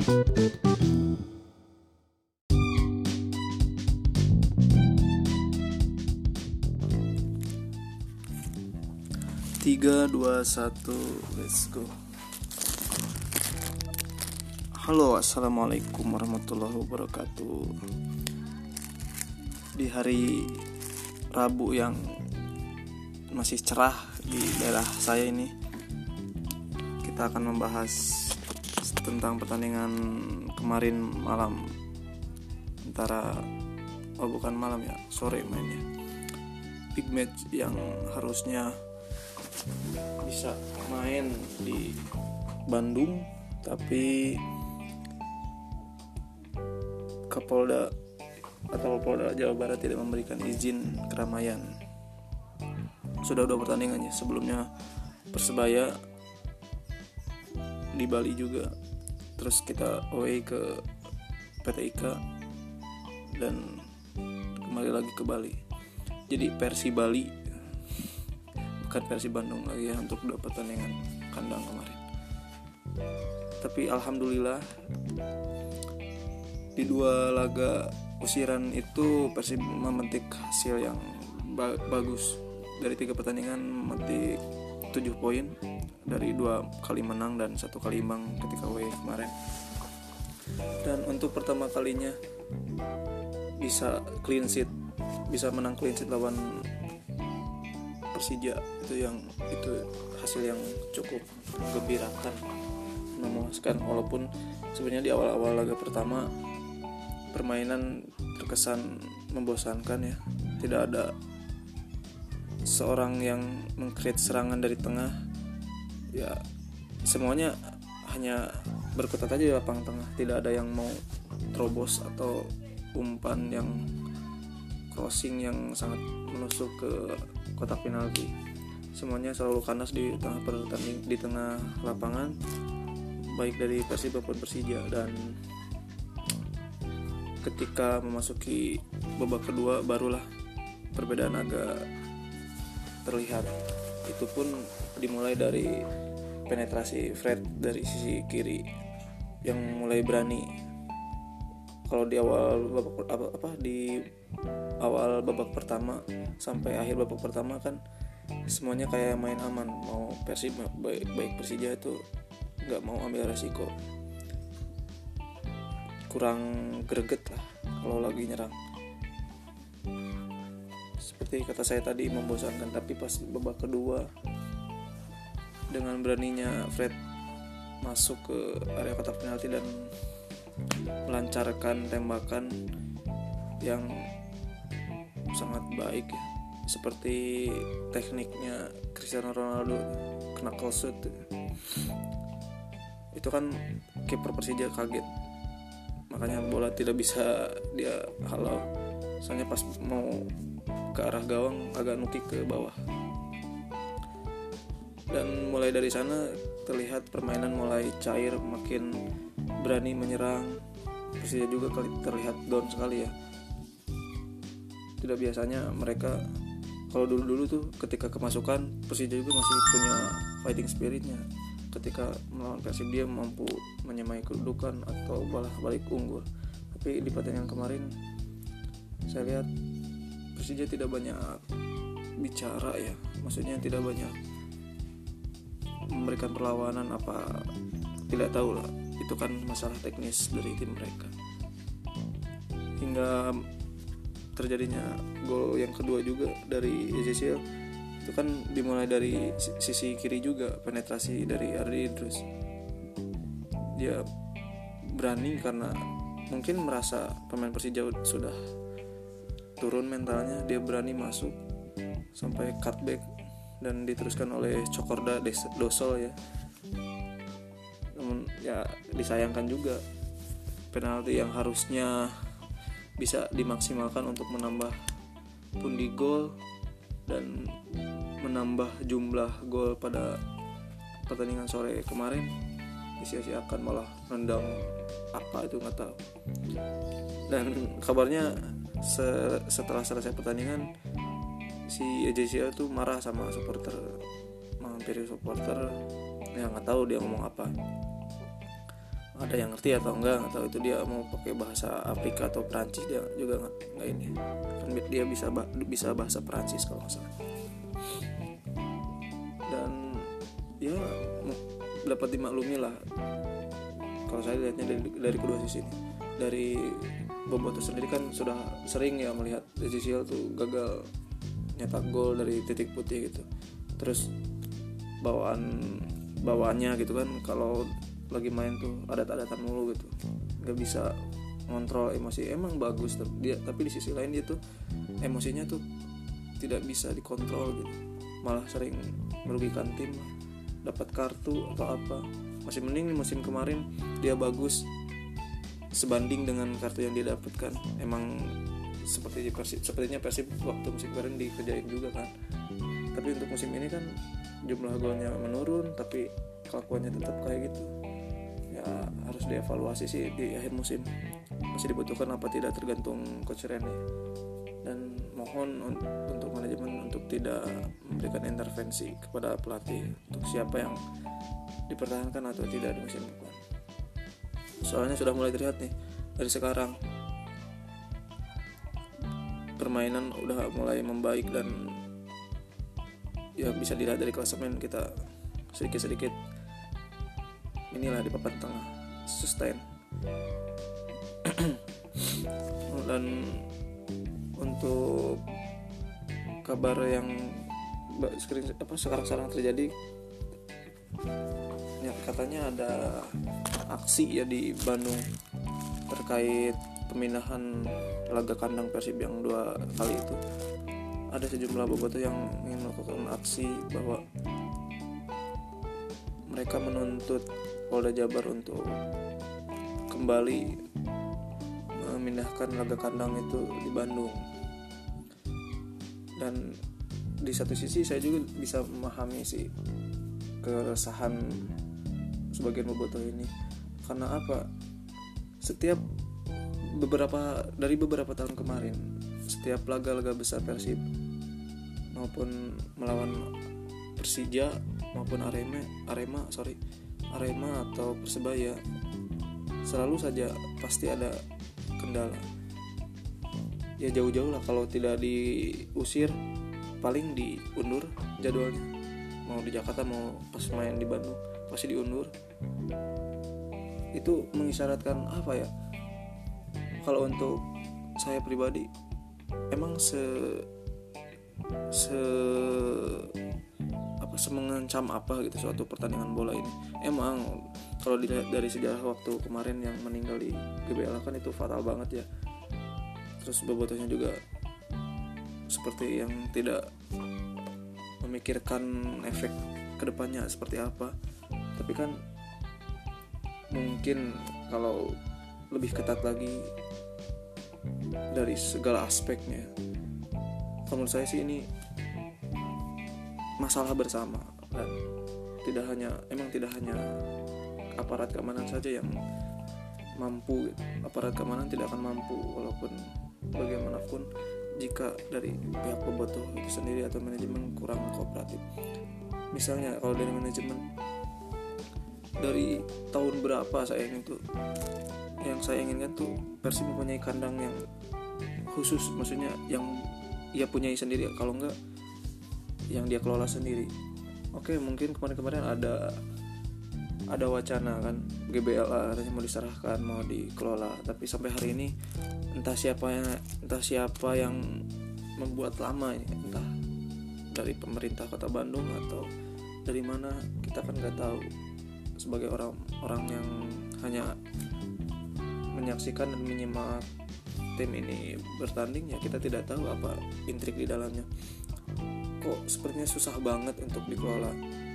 Tiga, dua, satu, let's go. Halo, assalamualaikum warahmatullahi wabarakatuh. Di hari Rabu yang masih cerah di daerah saya ini, kita akan membahas tentang pertandingan kemarin malam bukan malam ya, sore mainnya. Big match yang harusnya bisa main di Bandung, tapi Kapolda atau Polda Jawa Barat tidak memberikan izin keramaian. Sudah dua pertandingannya, sebelumnya Persebaya di Bali juga, terus kita away ke PT IKA dan kembali lagi ke Bali. Jadi versi Bali, bukan versi Bandung lagi ya, untuk dua pertandingan kandang kemarin. Tapi alhamdulillah di dua laga usiran itu Persib memetik hasil yang bagus. Dari 3 pertandingan memetik 7 poin dari 2 kali menang dan 1 kali imbang ketika away kemarin. Dan untuk pertama kalinya bisa clean sheet, bisa menang clean sheet lawan Persija, itu hasil yang cukup menggembirakan, memuaskan. Walaupun sebenarnya di awal-awal laga pertama permainan terkesan membosankan ya, tidak ada seorang yang meng-create serangan dari tengah ya, semuanya hanya berkutat aja di lapangan tengah, tidak ada yang mau terobos atau umpan yang crossing yang sangat menusuk ke kotak penalti. Semuanya selalu kandas di tengah lapangan, baik dari Persib maupun Persija. Dan ketika memasuki babak kedua barulah perbedaan agak terlihat. Itu pun dimulai dari penetrasi Fred dari sisi kiri yang mulai berani. Kalau di awal babak pertama sampai akhir babak pertama kan semuanya kayak main aman, mau Persib baik Persija itu nggak mau ambil resiko, kurang greget lah kalau lagi nyerang. Seperti kata saya tadi, membosankan. Tapi pas babak kedua, dengan beraninya Fred masuk ke area kotak penalti dan melancarkan tembakan yang sangat baik ya, seperti tekniknya Cristiano Ronaldo, knuckle shoot. Itu kan kiper Persija kaget, makanya bola tidak bisa dia halau, soalnya pas mau ke arah gawang agak nukik ke bawah. Dan mulai dari sana terlihat permainan mulai cair, makin berani menyerang. Persija juga terlihat down sekali ya. Tidak biasanya mereka, kalau dulu tuh ketika kemasukan Persija juga masih punya fighting spiritnya. Ketika melawan Persib dia mampu menyamai kedudukan atau balik unggul. Tapi di pertandingan kemarin saya lihat Persija tidak banyak bicara ya, maksudnya tidak banyak memberikan perlawanan, apa tidak tahu lah, itu kan masalah teknis dari tim mereka. Hingga terjadinya gol yang kedua juga dari Ezekiel, itu kan dimulai dari sisi kiri juga, penetrasi dari Ardi Idrus. Dia berani karena mungkin merasa pemain Persija sudah turun mentalnya, dia berani masuk sampai cutback dan diteruskan oleh Cokorda Dosol ya. Namun ya disayangkan juga, penalti yang harusnya bisa dimaksimalkan untuk menambah pundi gol dan menambah jumlah gol pada pertandingan sore kemarin disia-siakan, malah nendang apa itu nggak tahu. Dan kabarnya setelah selesai pertandingan si EJCL tuh marah sama supporter, menghampiri supporter, ya nggak tahu dia ngomong apa. ada yang ngerti atau enggak, atau itu dia mau pakai bahasa Afrika atau Perancis, dia juga nggak ini kan, dia bisa bahasa Perancis kalau nggak salah. Dan ya dapat dimaklumi lah kalau saya lihatnya dari kedua sisi ini. Dari Bobotoh sendiri kan sudah sering ya melihat Ezekiel tuh gagal nyetak gol dari titik putih gitu. Terus bawaannya gitu kan, kalau lagi main tuh adat-adatan mulu gitu, nggak bisa ngontrol emosi. Emang bagus tapi di sisi lain dia tuh emosinya tuh tidak bisa dikontrol gitu, malah sering merugikan tim, dapat kartu atau apa. Masih mending musim kemarin dia bagus sebanding dengan kartu yang dia dapatkan. Emang sepertinya Persib waktu musim kemarin dikerjain juga kan, tapi untuk musim ini kan jumlah golnya menurun tapi kelakuannya tetap kayak gitu. Ya harus dievaluasi sih di akhir musim, masih dibutuhkan apa tidak tergantung Coach Rene. Dan mohon untuk manajemen untuk tidak memberikan intervensi kepada pelatih untuk siapa yang dipertahankan atau tidak di musim depan. Soalnya sudah mulai terlihat nih dari sekarang, permainan udah mulai membaik dan ya bisa dilihat dari klasemen kita sedikit-sedikit inilah di papan tengah, sustain. Dan untuk kabar yang sekarang terjadi ya, katanya ada aksi ya di Bandung terkait pemindahan laga kandang Persib yang 2 kali itu. Ada sejumlah bobotoh yang ingin melakukan aksi bahwa mereka menuntut Polda Jabar untuk kembali memindahkan laga kandang itu di Bandung. Dan di satu sisi saya juga bisa memahami sih keresahan sebagian bobotoh ini. Karena apa? Dari beberapa tahun kemarin, setiap laga-laga besar Persib maupun melawan Persija maupun Arema atau Persebaya, selalu saja pasti ada kendala. Ya jauh-jauh lah, kalau tidak diusir paling diundur jadwalnya. Mau di Jakarta mau pas main di Bandung pasti diundur. Itu mengisyaratkan apa ya? Kalau untuk saya pribadi, emang semengancam apa gitu suatu pertandingan bola ini. Emang kalau dilihat dari sejarah waktu kemarin yang meninggal di GBLA kan itu fatal banget ya. Terus bobotohnya juga seperti yang tidak memikirkan efek kedepannya seperti apa. Tapi kan mungkin kalau lebih ketat lagi dari segala aspeknya, kalau menurut saya sih ini masalah bersama, dan tidak hanya aparat keamanan saja yang mampu. Aparat keamanan tidak akan mampu walaupun bagaimanapun jika dari pihak bobotoh itu sendiri atau manajemen kurang kooperatif. Misalnya kalau dari manajemen, dari tahun berapa yang saya inginkan tuh Persib mempunyai kandang yang khusus, maksudnya yang ia punyai sendiri, kalau enggak yang dia kelola sendiri. Oke, mungkin kemarin ada wacana kan GBLA katanya mau diserahkan, mau dikelola, tapi sampai hari ini entah siapa yang membuat lama ini, entah dari pemerintah Kota Bandung atau dari mana, kita kan nggak tahu. Sebagai orang yang hanya menyaksikan dan menyimak tim ini bertanding, ya kita tidak tahu apa intrik di dalamnya. Kok sepertinya susah banget untuk dikelola.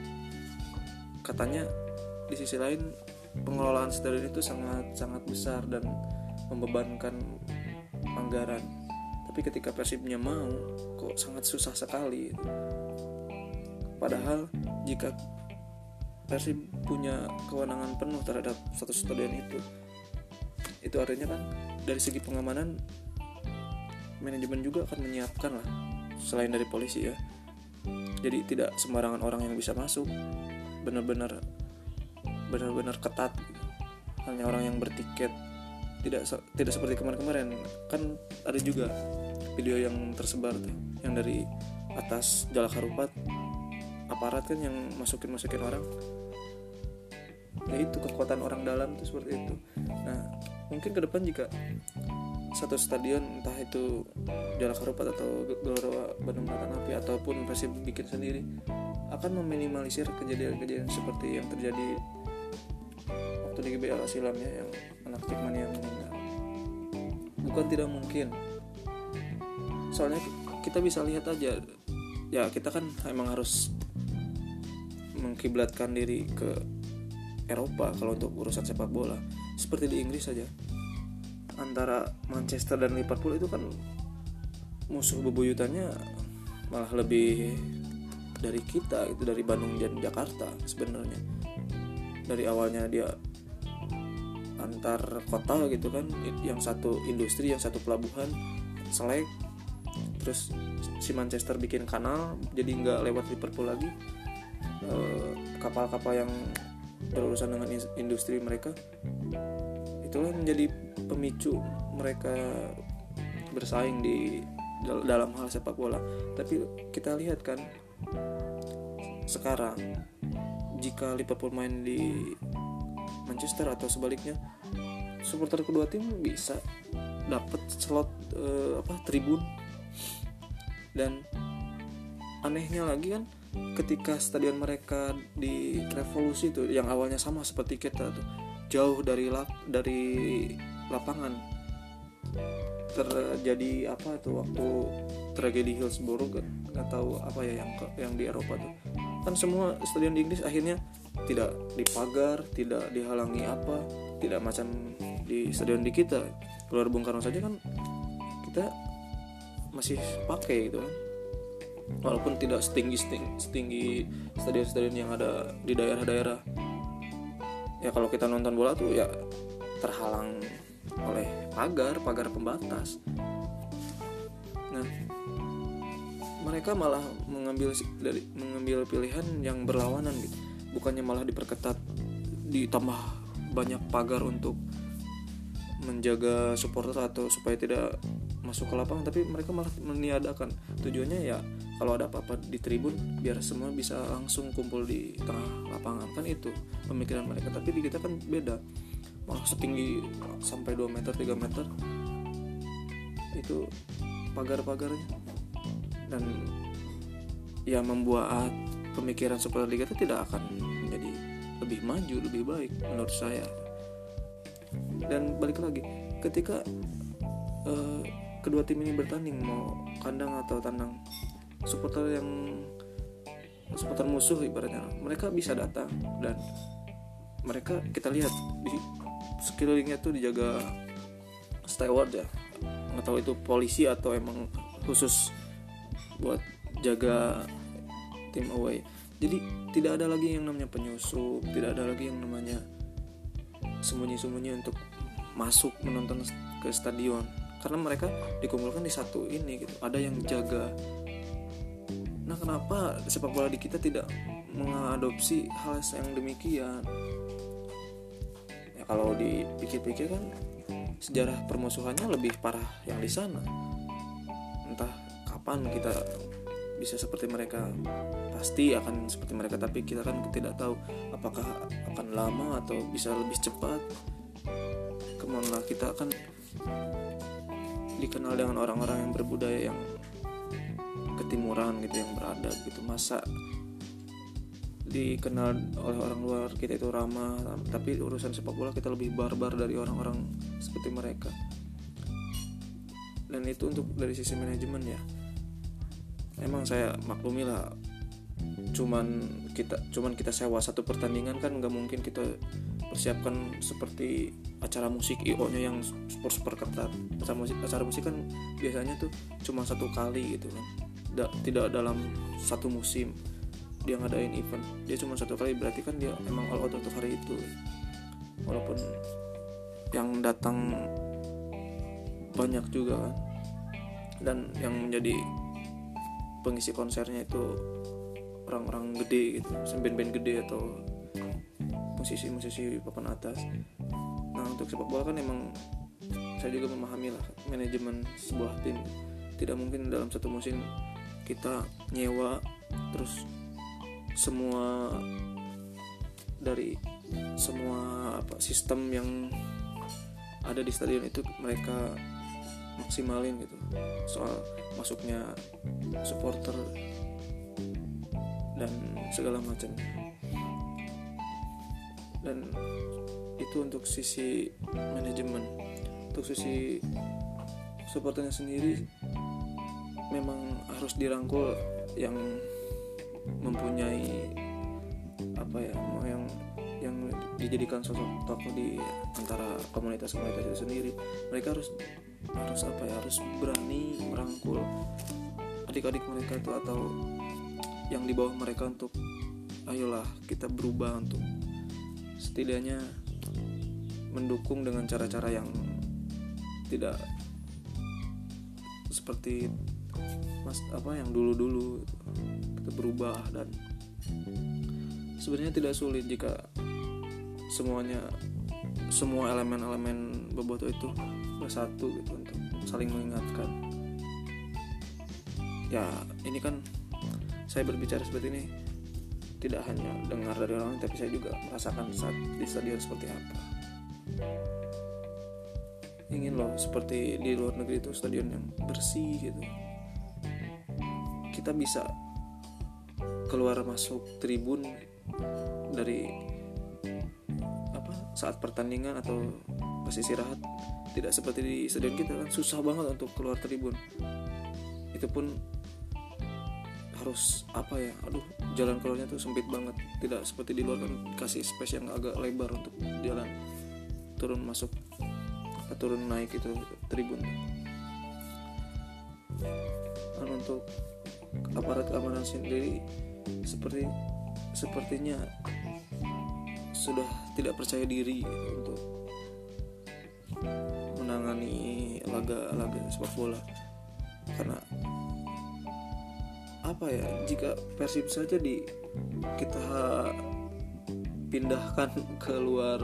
Katanya di sisi lain pengelolaan stadion itu sangat besar dan membebankan anggaran. Tapi ketika Persibnya mau, kok sangat susah sekali. Padahal jika Persib punya kewenangan penuh terhadap satu stadion itu artinya kan dari segi pengamanan manajemen juga akan menyiapkan lah, selain dari polisi ya. Jadi tidak sembarangan orang yang bisa masuk, benar-benar ketat gitu. hanya orang yang bertiket. Tidak seperti kemarin-kemarin kan ada juga video yang tersebar tuh yang dari atas Jalak Harupat, aparat kan yang masukin orang. Ya itu kekuatan orang dalam tuh seperti itu. Nah mungkin ke depan jika satu stadion, entah itu Jalak Harupat atau Gelora Bandung Lautan Api ataupun Persib bikin sendiri, akan meminimalisir kejadian-kejadian seperti yang terjadi waktu di GBLA silamnya yang anak Jackmania meninggal. Bukan tidak mungkin, soalnya kita bisa lihat aja ya, kita kan emang harus mengkiblatkan diri ke Eropa kalau untuk urusan sepak bola. Seperti di Inggris saja, antara Manchester dan Liverpool itu kan musuh bebuyutannya malah lebih dari kita, itu dari Bandung dan Jakarta sebenarnya. Dari awalnya dia antar kota gitu kan, yang satu industri, yang satu pelabuhan, selek, terus si Manchester bikin kanal jadi nggak lewat Liverpool lagi, kapal-kapal yang berurusan dengan industri mereka, itulah menjadi pemicu mereka bersaing di dalam hal sepak bola. Tapi kita lihat kan sekarang, jika Liverpool main di Manchester atau sebaliknya, supporter kedua tim bisa dapat slot tribun. Dan anehnya lagi kan, ketika stadion mereka di Revolusi itu yang awalnya sama seperti kita tuh, jauh dari lapangan, terjadi apa tuh waktu tragedi Hillsborough, nggak tahu apa ya yang di Eropa tuh kan, semua stadion di Inggris akhirnya tidak dipagar, tidak dihalangi apa, tidak macam di stadion di kita. Gelora Bung Karno saja kan kita masih pakai gitu kan, walaupun tidak setinggi stadion-stadion yang ada di daerah-daerah. Ya kalau kita nonton bola tuh ya terhalang oleh pagar pembatas. Nah, mereka malah mengambil pilihan yang berlawanan gitu. Bukannya malah diperketat, ditambah banyak pagar untuk menjaga supporter atau supaya tidak masuk ke lapangan, tapi mereka malah meniadakan. Tujuannya ya kalau ada apa-apa di tribun biar semua bisa langsung kumpul di tengah lapangan, kan itu pemikiran mereka. Tapi di kita kan beda, malah setinggi sampai 2 meter 3 meter itu pagar-pagarnya, dan ya membuat pemikiran supporter liga itu tidak akan menjadi lebih maju, lebih baik menurut saya. Dan balik lagi, ketika kedua tim ini bertanding, mau kandang atau tandang, supporter musuh ibaratnya, mereka bisa datang, dan mereka kita lihat di sekelilingnya tuh dijaga steward ya, nggak tahu itu polisi atau emang khusus buat jaga tim away. Jadi tidak ada lagi yang namanya penyusup, tidak ada lagi yang namanya sembunyi-sembunyi untuk masuk menonton ke stadion, karena mereka dikumpulkan di satu ini gitu, ada yang jaga. Nah, kenapa sepak bola di kita tidak mengadopsi hal yang demikian? Ya kalau dipikir-pikir kan sejarah permusuhannya lebih parah yang di sana. Entah kapan kita bisa seperti mereka, pasti akan seperti mereka, tapi kita kan tidak tahu apakah akan lama atau bisa lebih cepat. Kemana kita akan dikenal dengan orang-orang yang berbudaya, yang ketimuran gitu, yang beradab gitu. Masa dikenal oleh orang luar kita itu ramah, tapi urusan sepak bola kita lebih barbar dari orang-orang seperti mereka. Dan itu untuk dari sisi manajemen ya, emang saya maklumi lah, cuman kita sewa satu pertandingan kan nggak mungkin kita persiapkan seperti acara musik IO-nya yang super ketat. Acara musik kan biasanya tuh cuma satu kali gitu kan, tidak dalam satu musim dia ngadain event, dia cuma satu kali, berarti kan dia emang all out untuk hari itu. Walaupun yang datang banyak juga kan, dan yang menjadi pengisi konsernya itu orang-orang gede gitu, band-band gede atau musisi papan atas. untuk sepak bola kan emang saya juga memahami lah manajemen sebuah tim. Tidak mungkin dalam satu musim kita nyewa terus semua dari semua sistem yang ada di stadion itu mereka maksimalin gitu, soal masuknya supporter dan segala macam. Dan itu untuk sisi manajemen. Untuk sisi supporternya sendiri memang harus dirangkul yang mempunyai yang dijadikan sosok tokoh di antara komunitas itu sendiri. Mereka harus berani merangkul adik-adik mereka itu atau yang di bawah mereka untuk ayolah kita berubah, untuk setidaknya mendukung dengan cara-cara yang tidak seperti yang dulu-dulu. Kita berubah, dan sebenarnya tidak sulit jika semua elemen-elemen bobotoh itu bersatu gitu untuk saling mengingatkan. Ya, ini kan saya berbicara seperti ini tidak hanya dengar dari orang lain, tapi saya juga merasakan saat di stadion seperti apa. Ingin loh seperti di luar negeri itu stadion yang bersih gitu. Kita bisa keluar masuk tribun dari saat pertandingan atau pas istirahat, tidak seperti di stadion kita kan susah banget untuk keluar tribun. Itu pun harus jalan keluarnya tuh sempit banget. Tidak seperti di luar kan kasih space yang agak lebar untuk jalan turun naik itu tribun. Dan untuk aparat keamanan sendiri sepertinya sudah tidak percaya diri untuk menangani laga sepak bola. Karena jika Persib saja kita pindahkan ke luar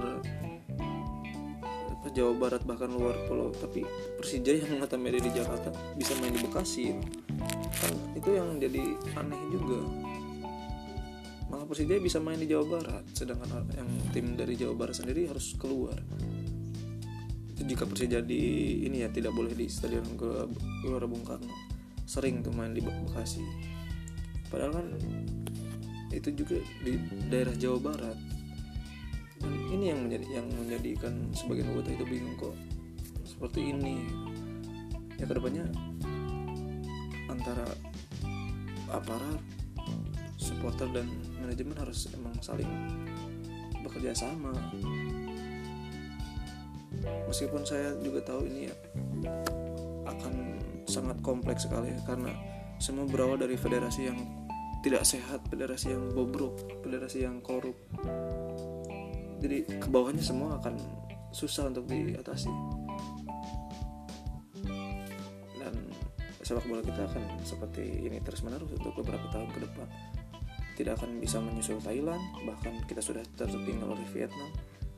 Jawa Barat, bahkan luar pulau, tapi Persija yang notabene di Jakarta bisa main di Bekasi kan, itu yang jadi aneh juga. Malah Persija bisa main di Jawa Barat, sedangkan yang tim dari Jawa Barat sendiri harus keluar. Itu jika Persija tidak boleh di stadion Gelora Bung Karno, sering tuh main di Bekasi. Padahal kan itu juga di daerah Jawa Barat. Dan ini yang menjadikan sebagian bobotoh itu bingung kok seperti ini. Ya kedepannya antara aparat, supporter dan manajemen harus emang saling bekerja sama. Meskipun saya juga tahu ini akan sangat kompleks sekali ya, karena semua berawal dari federasi yang tidak sehat, federasi yang bobrok, federasi yang korup. Jadi ke bawahnya semua akan susah untuk diatasi. Dan sepak bola kita akan seperti ini terus-menerus untuk beberapa tahun ke depan. Tidak akan bisa menyusul Thailand, bahkan kita sudah tertinggal oleh Vietnam.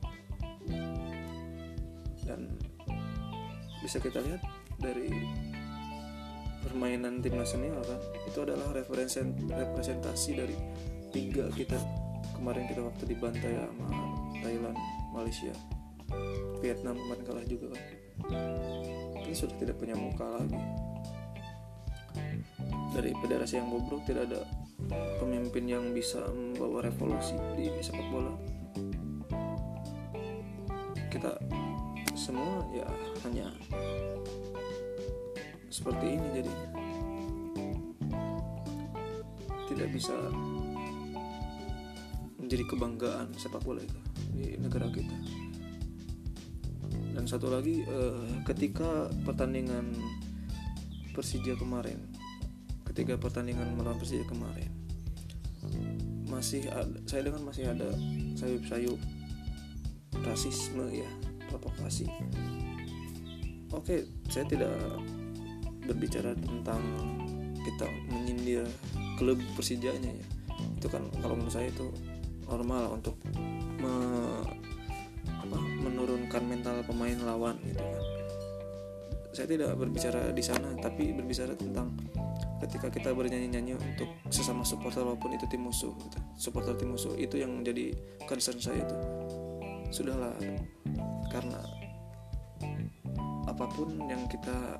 Dan bisa kita lihat dari permainan tim nasional kan, itu adalah representasi dari liga kita. Kemarin kita waktu dibantai sama Thailand, Malaysia, Vietnam kemarin kalah juga kan. Kita sudah tidak punya muka lagi. Dari federasi yang bobrok, tidak ada pemimpin yang bisa membawa revolusi di sepak bola. Kita semua ya hanya seperti ini, jadi tidak bisa menjadi kebanggaan sepak bola itu di negara kita. Dan satu lagi, ketika pertandingan melawan Persija kemarin, saya dengar masih ada sayup-sayup rasisme ya, provokasi. Oke, saya tidak berbicara tentang kita menyindir klub Persijanya ya. Itu kan kalau menurut saya itu normal untuk menurunkan mematahkan mental pemain lawan gitu kan. Saya tidak berbicara di sana, tapi berbicara tentang ketika kita bernyanyi-nyanyi untuk sesama supporter walaupun itu tim musuh gitu. Supporter tim musuh itu yang menjadi concern saya itu. Sudahlah, karena apapun yang kita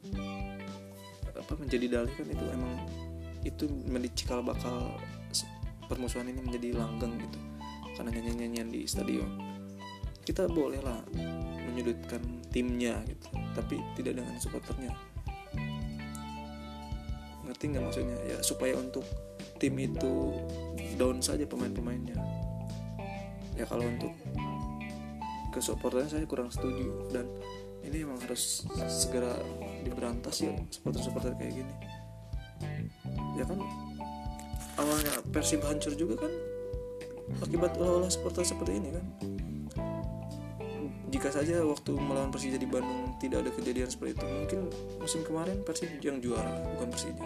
menjadi dalih kan itu emang itu menjadi cikal bakal permusuhan ini menjadi langgeng gitu. Karena nyanyian di stadion kita bolehlah menyudutkan timnya gitu, tapi tidak dengan supporternya. Ngerti nggak maksudnya? Ya supaya untuk tim itu down saja pemain-pemainnya. Ya kalau untuk ke supporternya saya kurang setuju, dan ini emang harus segera diberantas ya supporter-supporter kayak gini. Ya kan awalnya Persib hancur juga kan akibat ulah-ulah supporter seperti ini kan. Jika saja waktu melawan Persija di Bandung tidak ada kejadian seperti itu, mungkin musim kemarin Persib yang juara, bukan Persija.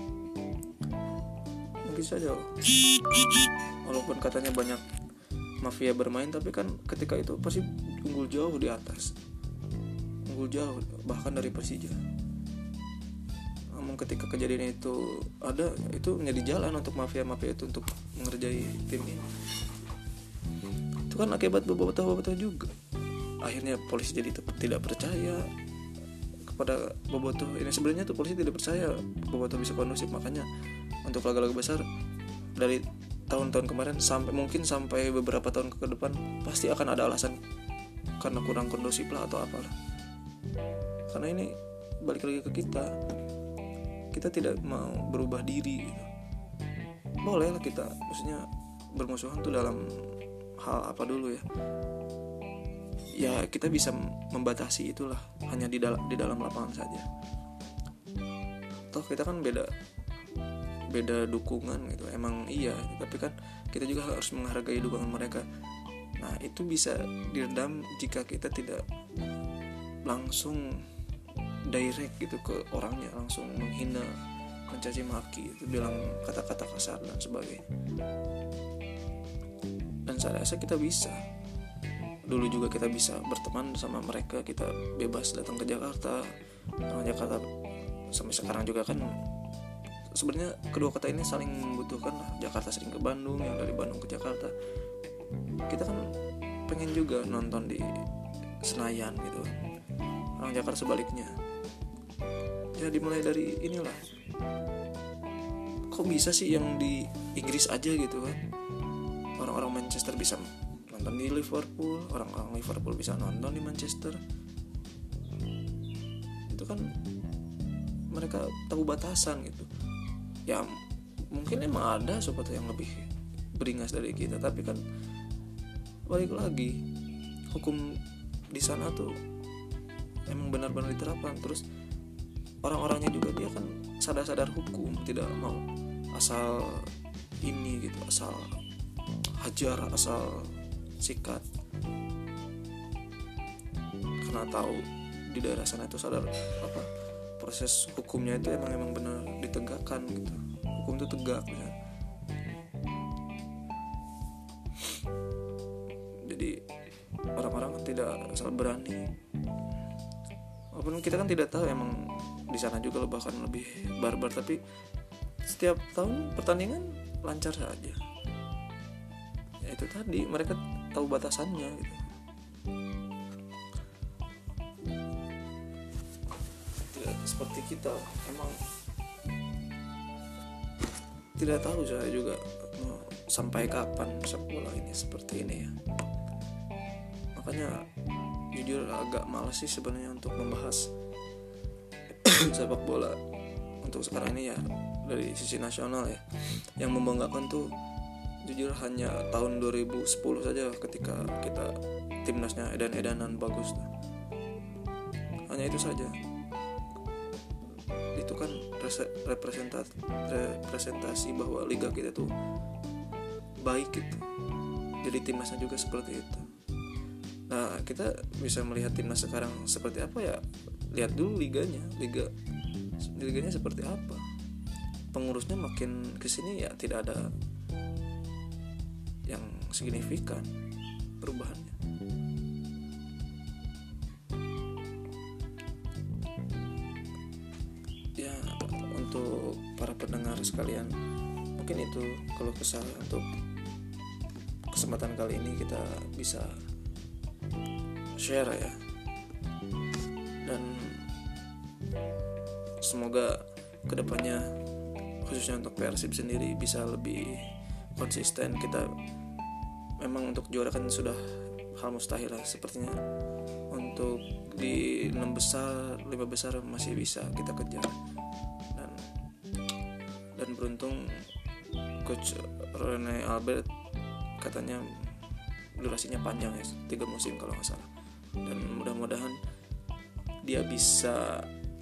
Mungkin saja loh. Walaupun katanya banyak mafia bermain, tapi kan ketika itu Persib unggul jauh di atas, unggul jauh bahkan dari Persija. Namun ketika kejadian itu ada, itu menjadi jalan untuk mafia-mafia itu untuk mengerjai tim ini. Itu kan akibat bobotoh-bobotoh juga. Akhirnya polisi jadi tidak percaya kepada bobotoh ini. Sebenarnya tuh polisi tidak percaya bobotoh bisa kondusif, makanya untuk laga-laga besar dari tahun-tahun kemarin sampai beberapa tahun ke depan pasti akan ada alasan karena kurang kondusif lah atau apalah. Karena ini balik lagi ke kita tidak mau berubah diri gitu. Boleh lah kita maksudnya bermusuhan tuh dalam hal apa dulu ya kita bisa membatasi itulah hanya di dalam lapangan saja. Toh kita kan beda dukungan gitu, emang iya, tapi kan kita juga harus menghargai dukungan mereka. Nah itu bisa diredam jika kita tidak langsung direct gitu ke orangnya, langsung menghina, mencaci maki, itu bilang kata-kata kasar dan sebagainya. Dan saya rasa kita bisa. Dulu juga kita bisa berteman sama mereka, kita bebas datang ke Jakarta. Orang Jakarta sampai sekarang juga kan sebenarnya kedua kota ini saling membutuhkan lah. Jakarta sering ke Bandung, yang dari Bandung ke Jakarta. Kita kan pengen juga nonton di Senayan gitu. Orang Jakarta sebaliknya. Ya dimulai dari inilah. Kok bisa sih yang di Inggris aja gitu kan? Orang-orang Manchester bisa nonton di Liverpool, orang-orang Liverpool bisa nonton di Manchester. Itu kan mereka tahu batasan gitu. Ya mungkin emang ada supporter yang lebih beringas dari kita, tapi kan balik lagi hukum di sana tuh emang benar-benar diterapkan. Terus orang-orangnya juga dia kan sadar-sadar hukum, tidak mau asal ini gitu, asal hajar, asal sikat, karena tahu di daerah sana itu sadar proses hukumnya itu emang benar ditegakkan gitu. Hukum itu tegak ya. Jadi orang-orang tidak asal berani. Walaupun kita kan tidak tahu emang di sana juga bahkan lebih barbar, tapi setiap tahun pertandingan lancar saja. Ya itu tadi, mereka tahu batasannya gitu. Tidak seperti kita, emang tidak tahu saya juga mau sampai kapan sepak bola ini seperti ini ya. Makanya jujur agak malas sih sebenarnya untuk membahas sepak bola untuk sekarang ini ya dari sisi nasional ya. Yang membanggakan tuh jujur hanya tahun 2010 saja ketika kita timnasnya edan-edanan bagus tuh. Hanya itu saja. Itu kan representasi bahwa liga kita tuh baik gitu. Jadi timnasnya juga seperti itu. Nah kita bisa melihat timnas sekarang seperti apa ya, lihat dulu liganya seperti apa. Pengurusnya makin kesini ya tidak ada yang signifikan perubahannya. sekalian. Mungkin itu kalau kesah untuk kesempatan kali ini kita bisa share ya. Dan semoga kedepannya khususnya untuk Persib sendiri bisa lebih konsisten. Kita memang untuk juara kan sudah hal mustahil lah sepertinya. Untuk di 5 besar masih bisa kita kejar. Dan beruntung Coach Rene Albert katanya durasinya panjang ya, 3 musim kalau nggak salah. Dan mudah-mudahan dia bisa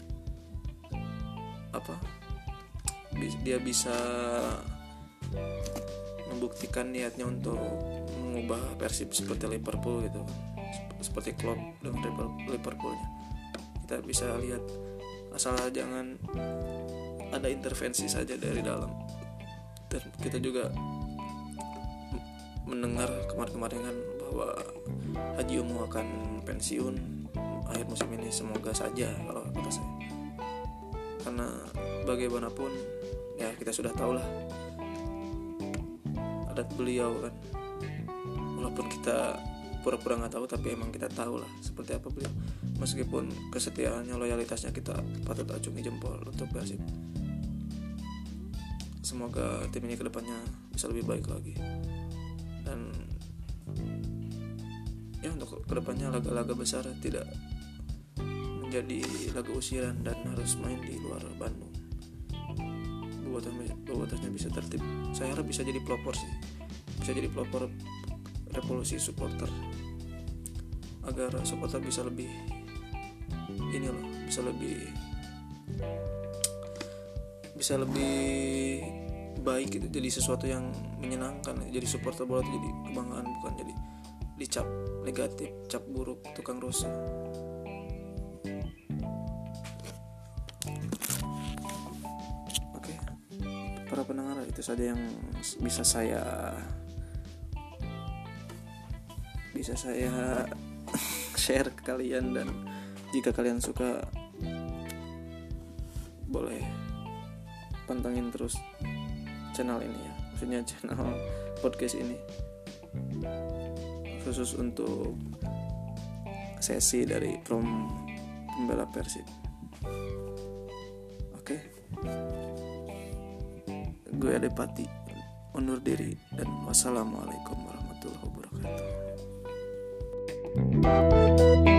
membuktikan niatnya untuk mengubah Persib seperti Liverpool gitu, seperti Klopp dengan Liverpoolnya. Kita bisa lihat asal jangan ada intervensi saja dari dalam. Dan kita juga mendengar kemarin kan bahwa Haji Umu akan pensiun akhir musim ini. Semoga saja kalau kata saya, karena bagaimanapun ya kita sudah tahu lah adat beliau kan, walaupun kita pura-pura nggak tahu tapi emang kita tahu lah seperti apa beliau. Meskipun kesetiaannya, loyalitasnya kita patut acungi jempol untuk Persib. Semoga tim ini kedepannya bisa lebih baik lagi. Dan ya untuk kedepannya laga-laga besar tidak menjadi laga usiran dan harus main di luar Bandung. Bobotohnya bisa tertib. Saya harap bisa jadi pelopor sih, bisa jadi pelopor revolusi supporter, agar supporter bisa lebih bisa lebih baik gitu, jadi sesuatu yang menyenangkan. Jadi supporter bola itu jadi kebanggaan, bukan jadi dicap negatif, cap buruk, tukang rusuh. Oke, para pendengar, itu saja yang bisa saya share ke kalian. Dan jika kalian suka, boleh pantengin terus channel ini ya, maksudnya channel podcast ini khusus untuk sesi dari pembela Persib. Oke, gue Adepati undur diri dan wassalamualaikum warahmatullahi wabarakatuh.